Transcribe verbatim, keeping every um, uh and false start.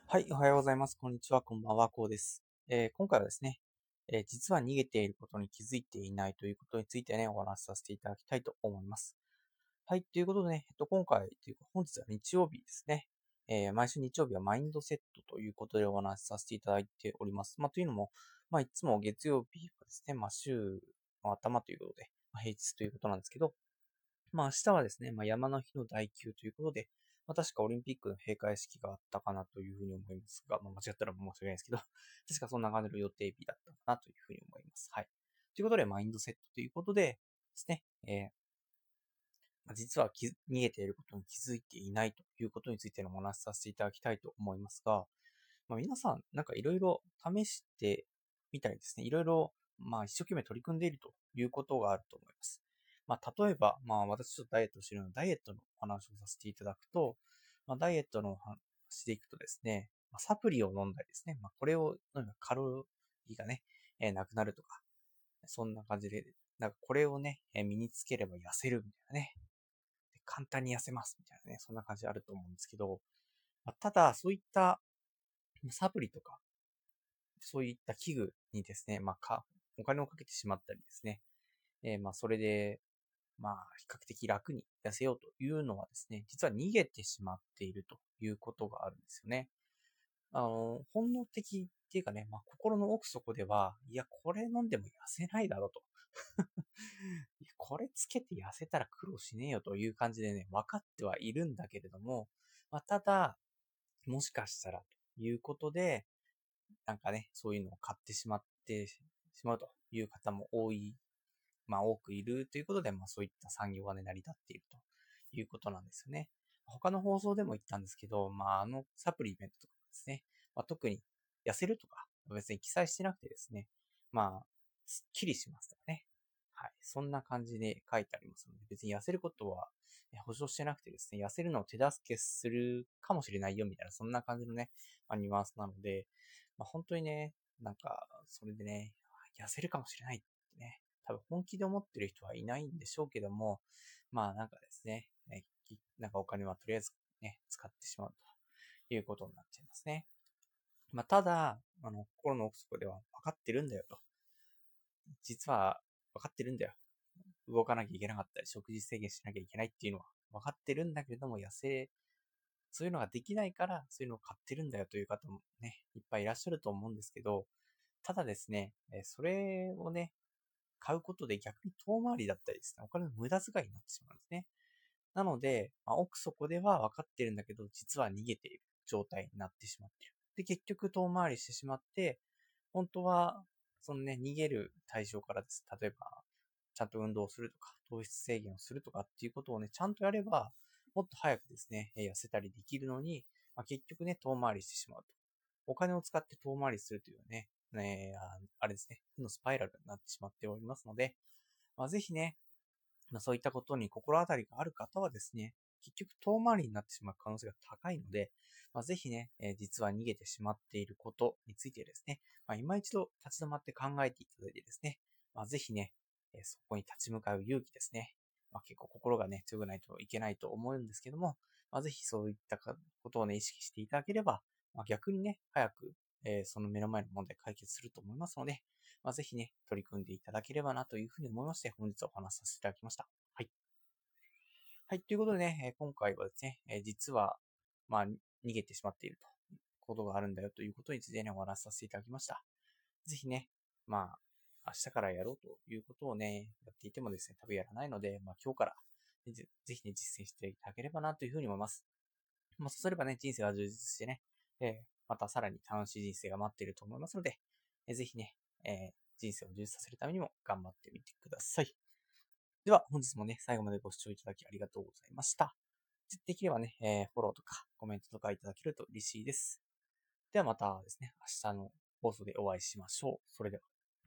はい、おはようございます。こんにちは、こんばんは、こうです。えー今回はですね、えー実は逃げていることに気づいていないということについてね、お話しさせていただきたいと思います。はい、ということでね、えっと、今回というか、本日は日曜日ですね。えー毎週日曜日はマインドセットということでお話しさせていただいております。まあ、というのも、まあ、いつも月曜日はですね、まあ、週の頭ということで、まあ、平日ということなんですけど、まあ明日はですね、まあ山の日の代休ということで、まあ確かオリンピックの閉会式があったかなというふうに思いますが、まあ間違ったら申し訳ないですけど、確かそんな感じの予定日だったかなというふうに思います。はい。ということで、マインドセットということでですね、えーまあ実は気づ逃げていることに気づいていないということについてのお話しさせていただきたいと思いますが、まあ、皆さん、なんかいろいろ試してみたりですね、いろいろ、まあ、一生懸命取り組んでいるということがあると思います。まあ、例えば、まあ、私ちょっとダイエットをしているので、ダイエットのお話をさせていただくと、まあ、ダイエットのお話でいくとですね、まあ、サプリを飲んだりですね、まあ、これを飲めばカロリーがね、えーなくなるとか、そんな感じで、なんかこれをね、えー身につければ痩せるみたいなね、で簡単に痩せますみたいなね、そんな感じあると思うんですけど、まあ、ただ、そういったサプリとか、そういった器具にですね、まあ、か、お金をかけてしまったりですね、えーまあ、それで、まあ、比較的楽に痩せようというのはですね、実は逃げてしまっているということがあるんですよね。あの、本能的っていうかね、まあ、心の奥底では、いや、これ飲んでも痩せないだろうと。いやこれつけて痩せたら苦労しねえよという感じでね、分かってはいるんだけれども、まあ、ただ、もしかしたらということで、なんかね、そういうのを買ってしまってしまうという方も多い、まあ多くいるということで、まあそういった産業がね、成り立っているということなんですよね。他の放送でも言ったんですけど、まああのサプリメントとかですね、まあ特に痩せるとか、別に記載してなくてですね、まあ、すっきりしますとかね。はい。そんな感じで書いてありますので、別に痩せることはえ保証してなくてですね、痩せるのを手助けするかもしれないよみたいな、そんな感じのね、まあ、ニュアンスなので、まあ、本当にね、なんか、それでね、痩せるかもしれないってね、多分本気で思ってる人はいないんでしょうけども、まあなんかですね、ねなんかお金はとりあえずね、使ってしまうということになっちゃいますね。まあただ、あの、心の奥底では分かってるんだよと。実は分かってるんだよ。動かなきゃいけなかったり、食事制限しなきゃいけないっていうのは分かってるんだけれども、痩せ、そういうのができないから、そういうのを買ってるんだよという方もね、いっぱいいらっしゃると思うんですけど、ただですね、えそれをね、買うことで逆に遠回りだったりですね、お金の無駄遣いになってしまうんですね。なので、まあ、奥底では分かってるんだけど、実は逃げている状態になってしまっている。で、結局遠回りしてしまって、本当は、そのね、逃げる対象からです。例えば、ちゃんと運動をするとか、糖質制限をするとかっていうことをね、ちゃんとやれば、もっと早くですね、痩せたりできるのに、まあ、結局ね、遠回りしてしまうと。お金を使って遠回りするというね、ねああれですね、負のスパイラルになってしまっておりますので、まあ、ぜひね、まあ、そういったことに心当たりがある方はですね、結局遠回りになってしまう可能性が高いので、まあ、ぜひね、えー実は逃げてしまっていることについてですね、まあ、今一度立ち止まって考えていただいてですね、まあ、ぜひね、えーそこに立ち向かう勇気ですね。まあ、結構心がね、強くないといけないと思うんですけども、まあ、ぜひそういったことをね、意識していただければ、まあ、逆にね、早く、えーその目の前の問題解決すると思いますので、まあ、ぜひね、取り組んでいただければなというふうに思いまして、本日はお話しさせていただきました。はい。はい。ということでね、えー今回はですね、えー実は、まあ、逃げてしまっているとことがあるんだよということについてね、お話しさせていただきました。ぜひね、まあ、明日からやろうということをね、やっていてもですね、多分やらないので、まあ今日からぜぜひね、実践していただければなというふうに思います。まあそうすればね、人生が充実してね、えーまたさらに楽しい人生が待っていると思いますので、えーぜひね、えー人生を充実させるためにも頑張ってみてください。では、本日もね、最後までご視聴いただきありがとうございました。できればね、えーフォローとかコメントとかいただけると嬉しいです。ではまたですね、明日の放送でお会いしましょう。それでは。